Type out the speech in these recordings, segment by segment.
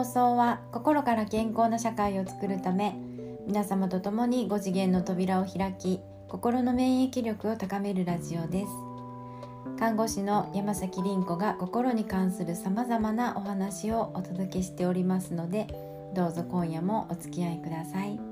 放送は心から健康な社会を作るため、皆様と共に5次元の扉を開き、心の免疫力を高めるラジオです。看護師の山崎凛子が心に関するさまざまなお話をお届けしておりますので、どうぞ今夜もお付き合いください。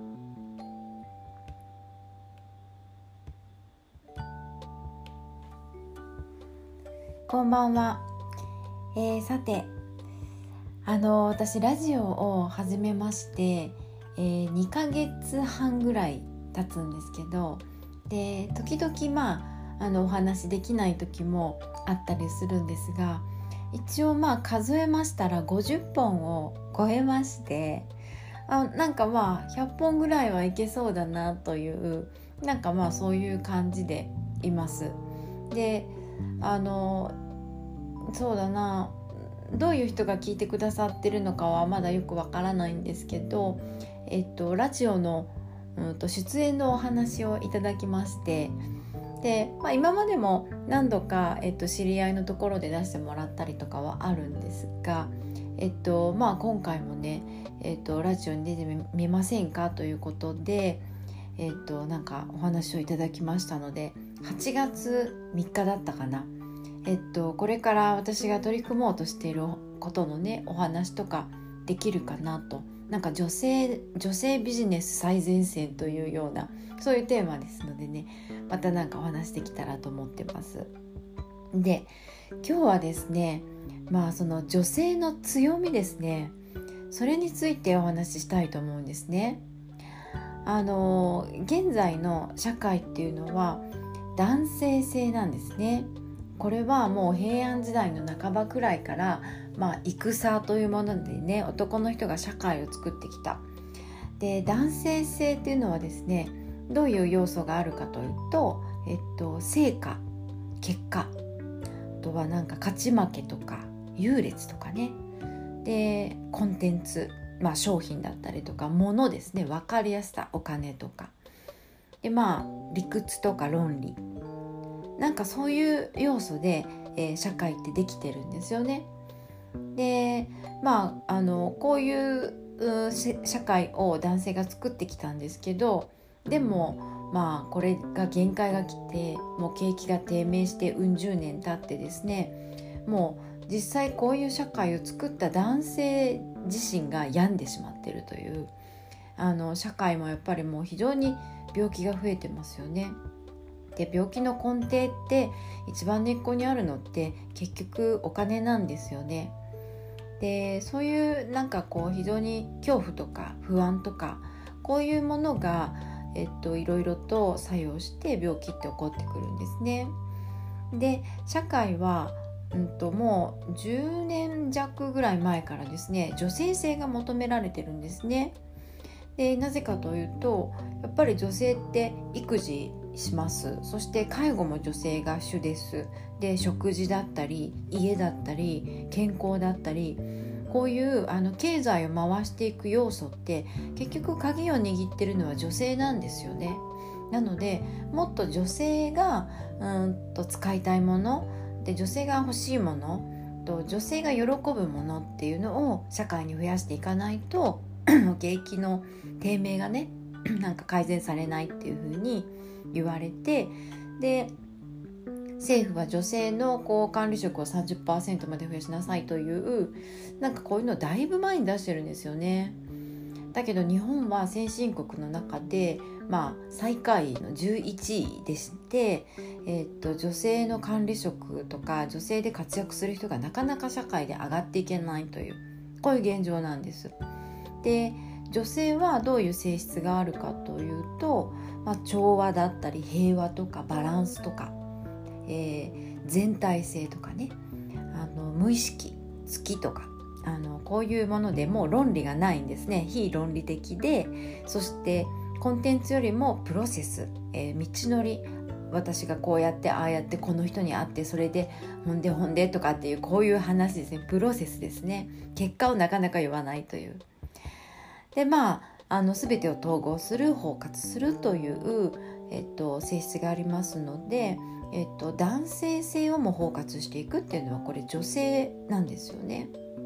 こんばんは。さて、私ラジオを始めまして、2ヶ月半ぐらい経つんですけど、で時々お話できない時もあったりするんですが、一応数えましたら50本を超えまして、100本ぐらいはいけそうだなというそういう感じでいます。でそうだな、どういう人が聞いてくださってるのかはまだよくわからないんですけど、ラジオの、出演のお話をいただきまして、で、今までも何度か、知り合いのところで出してもらったりとかはあるんですが、今回もね、ラジオに出てみませんかということで、お話をいただきましたので、8月3日だったかな、これから私が取り組もうとしていることのね、お話とかできるかなと、女性ビジネス最前線というような、そういうテーマですのでね、またお話できたらと思ってます。で、今日はですね、その女性の強みですね、それについてお話ししたいと思うんですね。現在の社会っていうのは男性性なんですね。これはもう平安時代の半ばくらいから、戦というものでね、男の人が社会を作ってきた。で、男性性っていうのはですね、どういう要素があるかというと、成果、結果、あとは勝ち負けとか優劣とかね、でコンテンツ、商品だったりとか物ですね、分かりやすさ、お金とかで、理屈とか論理、そういう要素で、社会ってできてるんですよね。で、こういう社会を男性が作ってきたんですけど、でもこれが限界が来て、もう景気が低迷して十年経ってですね、もう実際こういう社会を作った男性自身が病んでしまっているという、社会もやっぱりもう非常に病気が増えてますよね。で、病気の根底って一番根っこにあるのって結局お金なんですよね。で、そういう非常に恐怖とか不安とか、こういうものが、いろいろと作用して病気って起こってくるんですね。で、社会はもう10年弱ぐらい前からですね、女性性が求められてるんですね。で、なぜかというと、やっぱり女性って育児します。そして介護も女性が主です。で、食事だったり家だったり健康だったり、こういう経済を回していく要素って結局鍵を握ってるのは女性なんですよね。なので、もっと女性が使いたいもので、女性が欲しいものと女性が喜ぶものっていうのを社会に増やしていかないと景気の低迷がね改善されないっていう風に言われて、で、政府は女性の管理職を 30% まで増やしなさいというこういうのをだいぶ前に出してるんですよね。だけど日本は先進国の中で、最下位の11位でして、女性の管理職とか女性で活躍する人がなかなか社会で上がっていけないという、こういう現状なんです。で、女性はどういう性質があるかというと、調和だったり平和とかバランスとか、全体性とかね、無意識、月とか、こういうものでもう論理がないんですね。非論理的で、そしてコンテンツよりもプロセス、道のり、私がこうやってああやってこの人に会って、それでほんでとかっていう、こういう話ですね。プロセスですね。結果をなかなか言わないという。で、全てを統合する、包括するという、性質がありますので、男性性をも包括していくっていうのは、これ女性なんですよね。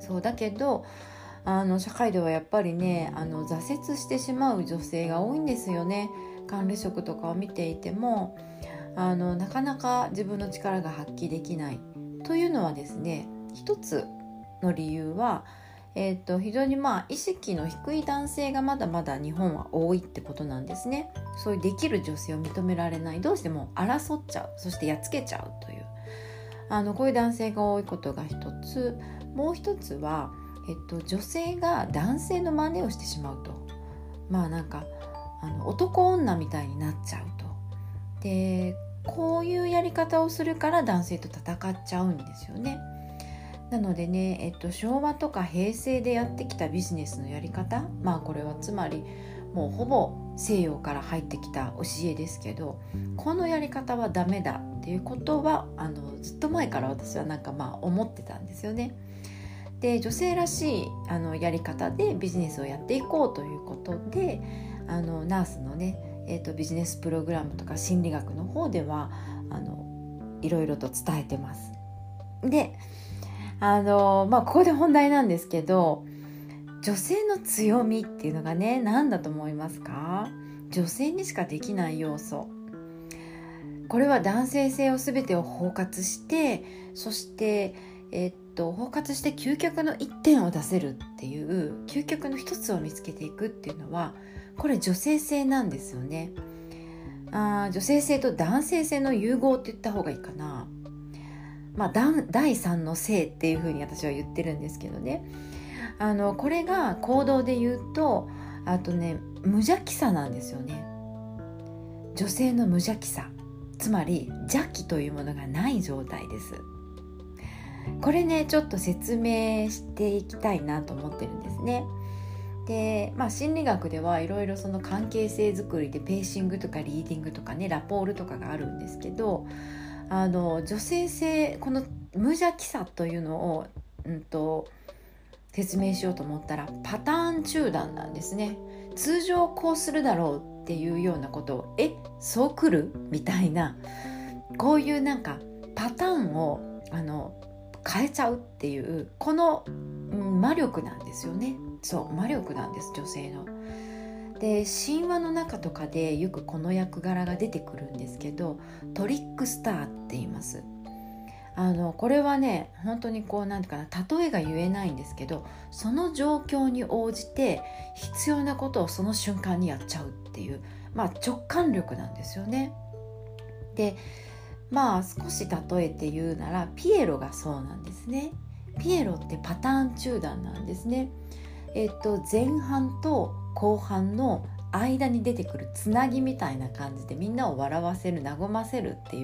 そうだけど社会ではやっぱりね挫折してしまう女性が多いんですよね。管理職とかを見ていてもなかなか自分の力が発揮できないというのはですね、一つの理由は、非常に意識の低い男性がまだまだ日本は多いってことなんですね。そういうできる女性を認められない、どうしても争っちゃう、そしてやっつけちゃうというこういう男性が多いことが一つ。もう一つは、女性が男性の真似をしてしまうと、なんか男女みたいになっちゃうと。でこういうやり方をするから男性と戦っちゃうんですよね。なのでね、昭和とか平成でやってきたビジネスのやり方、これはつまりもうほぼ西洋から入ってきた教えですけど、このやり方はダメだっていうことはずっと前から私は思ってたんですよね。で女性らしいやり方でビジネスをやっていこうということでナースのね、ビジネスプログラムとか心理学の方ではいろいろと伝えてます。でここで本題なんですけど、女性の強みっていうのがね、何だと思いますか？女性にしかできない要素。これは男性性を全てを包括して、そして包括して究極の一点を出せるっていう究極の一つを見つけていくっていうのは、これ女性性なんですよね。女性性と男性性の融合って言った方がいいかな。第三の性っていう風に私は言ってるんですけどね。これが行動で言うと無邪気さなんですよね。女性の無邪気さ、つまり邪気というものがない状態です。これねちょっと説明していきたいなと思ってるんですね。で、心理学ではいろいろその関係性づくりでペーシングとかリーディングとかね、ラポールとかがあるんですけど、女性性、この無邪気さというのを、説明しようと思ったらパターン中断なんですね。通常こうするだろうっていうようなことをそう来るみたいな、こういうパターンを変えちゃうっていうこの、魔力なんですよね。そう魔力なんです、女性の。で神話の中とかでよくこの役柄が出てくるんですけど、トリックスターって言います。これはね本当になんていうかな、例えが言えないんですけど、その状況に応じて必要なことをその瞬間にやっちゃうっていう、直感力なんですよね。で少し例えて言うならピエロがそうなんですね。ピエロってパターン中断なんですね。前半と後半の間に出てくるつなぎみたいな感じでみんなを笑わせる、和ませるっていう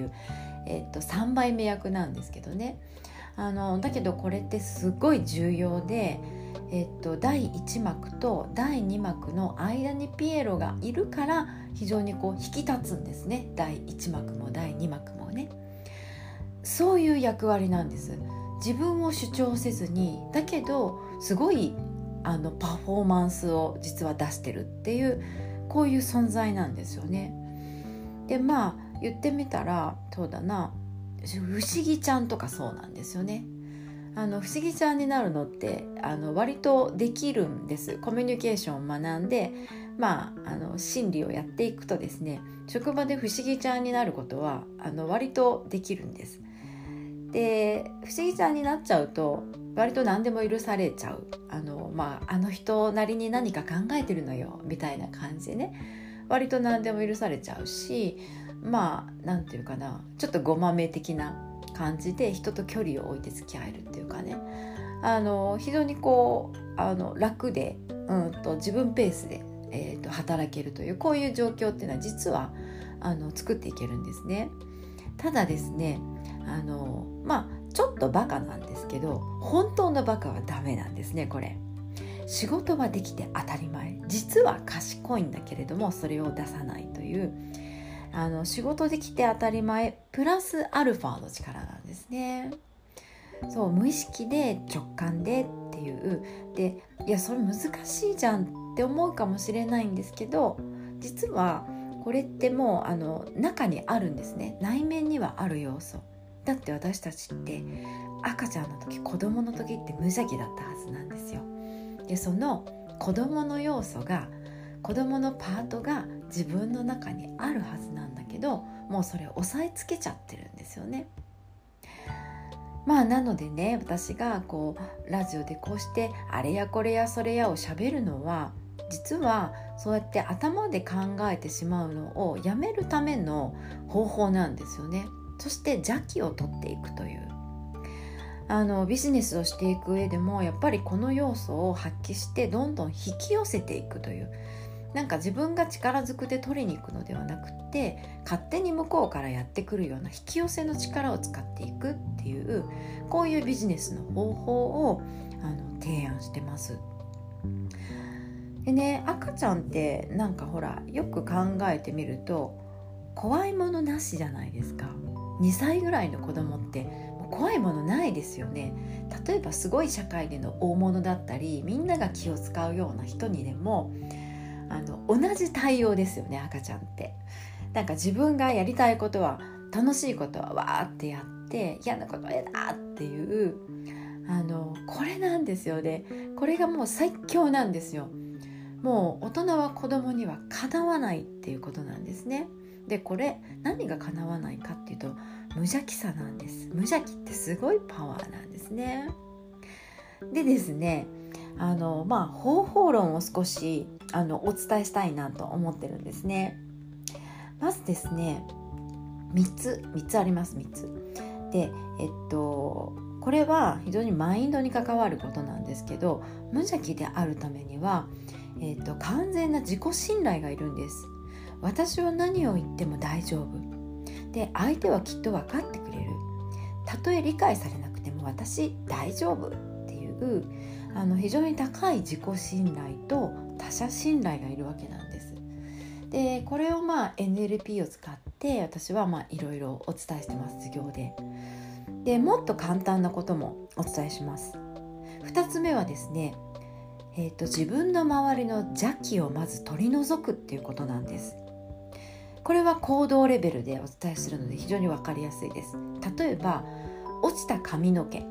、3倍目役なんですけどね。だけどこれってすごい重要で、第1幕と第2幕の間にピエロがいるから非常に引き立つんですね。第1幕も第2幕もね、そういう役割なんです。自分を主張せずに、だけどすごいパフォーマンスを実は出してるっていう、こういう存在なんですよね。で言ってみたらそうだな、不思議ちゃんとかそうなんですよね。不思議ちゃんになるのって割とできるんです。コミュニケーションを学んで、心理をやっていくとですね、職場で不思議ちゃんになることは割とできるんです。で不思議ちゃんになっちゃうと割と何でも許されちゃう、あの人なりに何か考えてるのよみたいな感じでね、割と何でも許されちゃうし、なんていうかな、ちょっとごまめ的な感じで人と距離を置いて付き合えるっていうかね、非常に楽で、自分ペースで、働けるという、こういう状況っていうのは実は作っていけるんですね。ただですね、ちょっとバカなんですけど、本当のバカはダメなんですね。これ仕事はできて当たり前、実は賢いんだけれどもそれを出さないという、仕事できて当たり前プラスアルファの力なんですね。そう無意識で直感でっていう。でいやそれ難しいじゃんって思うかもしれないんですけど、実はこれってもう中にあるんですね。内面にはある要素。 だって私たちって赤ちゃんの時、子供の時って無邪気だったはずなんですよ。でその子供の要素が、子供のパートが自分の中にあるはずなんだけど、もうそれを押さえつけちゃってるんですよね。なのでね、私がラジオでこうしてあれやこれやそれやを喋るのは、実はそうやって頭で考えてしまうのをやめるための方法なんですよね。そして邪気を取っていくという、ビジネスをしていく上でもやっぱりこの要素を発揮してどんどん引き寄せていくという、自分が力ずくで取りに行くのではなくて、勝手に向こうからやってくるような引き寄せの力を使っていくっていう、こういうビジネスの方法を提案してます。でね、赤ちゃんってほら、よく考えてみると怖いものなしじゃないですか。2歳ぐらいの子供って怖いものないですよね。例えばすごい社会での大物だったり、みんなが気を使うような人にでも同じ対応ですよね、赤ちゃんって。自分がやりたいことは、楽しいことはわーってやって、嫌なことは嫌だっていうこれなんですよね。これがもう最強なんですよ。もう大人は子供にはかなわないっていうことなんですね。でこれ何がかなわないかっていうと、無邪気さなんです。無邪気ってすごいパワーなんですね。でですね、方法論を少しお伝えしたいなと思ってるんですね。まずですね、3つあります。3つで、これは非常にマインドに関わることなんですけど、無邪気であるためには、完全な自己信頼がいるんです。私は何を言っても大丈夫で、相手はきっと分かってくれる、たとえ理解されなくても私大丈夫っていう非常に高い自己信頼と他者信頼がいるわけなんです。でこれをNLP を使って私はいろいろお伝えしてます、授業で。でもっと簡単なこともお伝えします。2つ目はですね、自分の周りの邪気をまず取り除くっていうことなんです。これは行動レベルでお伝えするので非常に分かりやすいです。例えば落ちた髪の毛、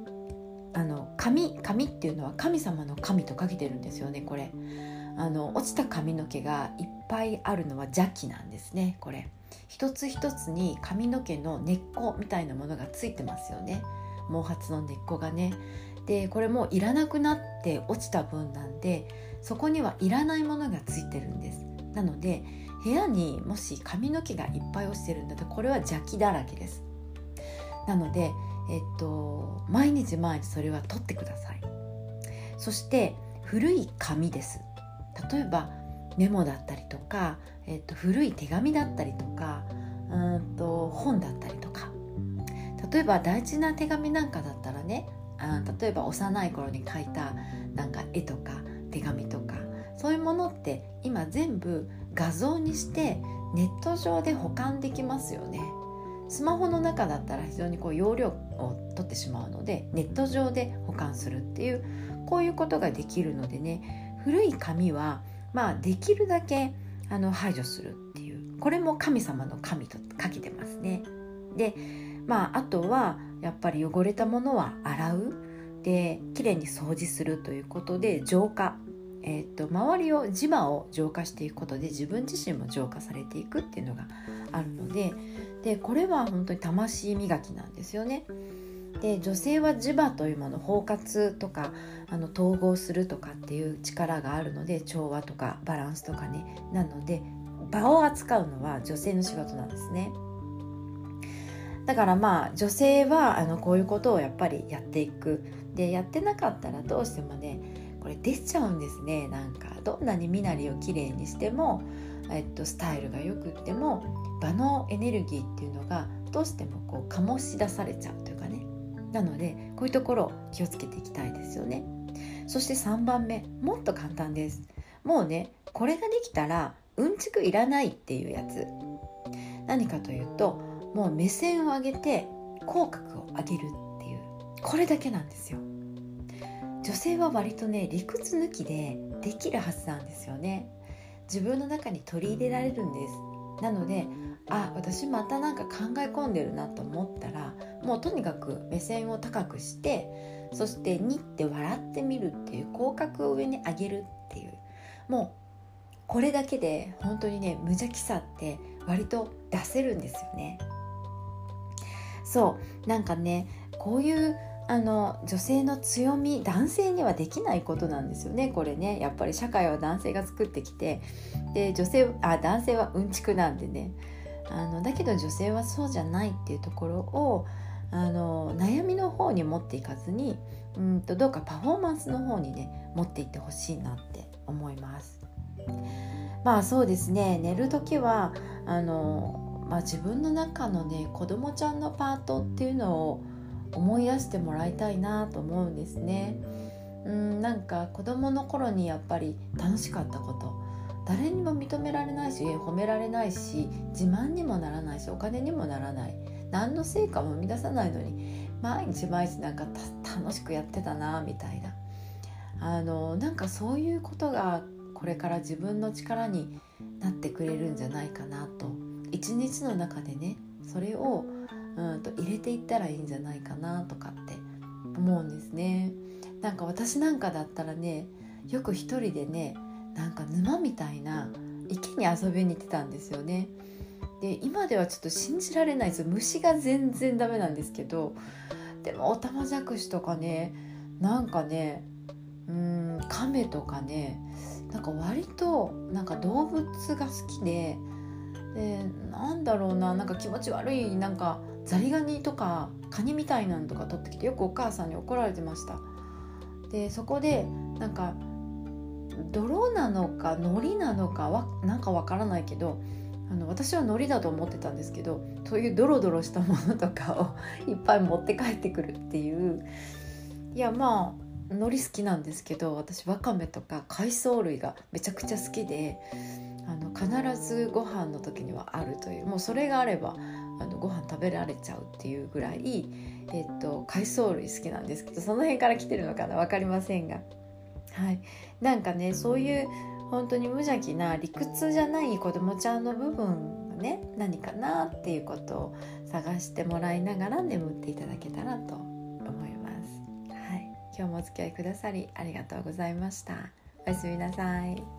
髪っていうのは神様の神とかけてるんですよね。これ落ちた髪の毛がいっぱいあるのは邪気なんですね。これ一つ一つに髪の毛の根っこみたいなものがついてますよね。毛髪の根っこがね。でこれもいらなくなって落ちた分なんで、そこにはいらないものがついてるんです。なので部屋にもし髪の毛がいっぱい落ちてるんだったら、これは邪気だらけです。なので、毎日それは取ってください。そして古い紙です。例えばメモだったりとか、古い手紙だったりとか、本だったりとか、例えば大事な手紙なんかだったらね、例えば幼い頃に描いた絵とか手紙とか、そういうものって今全部画像にしてネット上で保管できますよね。スマホの中だったら非常に容量を取ってしまうので、ネット上で保管するっていう、こういうことができるのでね、古い紙はできるだけ排除するっていう、これも神様の神と書けてますね。であとはやっぱり汚れたものは洗う、できれいに掃除するということで浄化、周りを磁場を浄化していくことで自分自身も浄化されていくっていうのがあるので、これは本当に魂磨きなんですよね。で女性は磁場というもの、包括とか統合するとかっていう力があるので、調和とかバランスとかね、なので場を扱うのは女性の仕事なんですね。だから女性はこういうことをやっぱりやっていく。でやってなかったらどうしてもね、これ出ちゃうんですね。どんなに身なりをきれいにしても、スタイルがよくっても場のエネルギーっていうのがどうしても醸し出されちゃうというかね。なのでこういうところを気をつけていきたいですよね。そして3番目、もっと簡単です。もうね、これができたらうんちくいらないっていうやつ。何かというと、もう目線を上げて口角を上げるっていう、これだけなんですよ。女性は割とね、理屈抜きでできるはずなんですよね。自分の中に取り入れられるんです。 なので私またなんか考え込んでるなと思ったら、もうとにかく目線を高くして、そしてにって笑ってみるっていう、口角を上に上げるっていう、もうこれだけで本当にね、無邪気さって割と出せるんですよね。そうなんかね、こういう女性の強み、男性にはできないことなんですよね、これね。やっぱり社会は男性が作ってきて、で男性はうんちくなんでね、だけど女性はそうじゃないっていうところを悩みの方に持っていかずに、どうかパフォーマンスの方にね持っていってほしいなって思います。そうですね、寝る時は自分の中のね、子供ちゃんのパートっていうのを思い出してもらいたいなと思うんですね。なんか子供の頃にやっぱり楽しかったこと、誰にも認められないし褒められないし、自慢にもならないし、お金にもならない、何の成果も生み出さないのに毎日なんか楽しくやってたなみたいな、なんかそういうことがこれから自分の力になってくれるんじゃないかなと、一日の中でねそれを入れていったらいいんじゃないかなとかって思うんですね。なんか私なんかだったらね、よく一人でね、なんか沼みたいな池に遊びに行ってたんですよね。で今ではちょっと信じられないですよ、虫が全然ダメなんですけど、でもオタマジャクシとかね、なんかねカメとかね、なんか割となんか動物が好きで、なんだろうな、なんか気持ち悪いなんかザリガニとかカニみたいなのとか取ってきて、よくお母さんに怒られてました。でそこでなんか泥なのか海苔なのかなんかわからないけど、私は海苔だと思ってたんですけど、そういうドロドロしたものとかをいっぱい持って帰ってくるっていう。いや海苔好きなんですけど、私ワカメとか海藻類がめちゃくちゃ好きで、必ずご飯の時にはあるという、もうそれがあればご飯食べられちゃうっていうぐらい、海藻類好きなんですけど、その辺から来てるのかな分かりませんが、はい、なんかね、そういう本当に無邪気な理屈じゃない子供ちゃんの部分がね、何かなっていうことを探してもらいながら眠っていただけたらと思います。はい、今日もお付き合いくださりありがとうございました。おやすみなさい。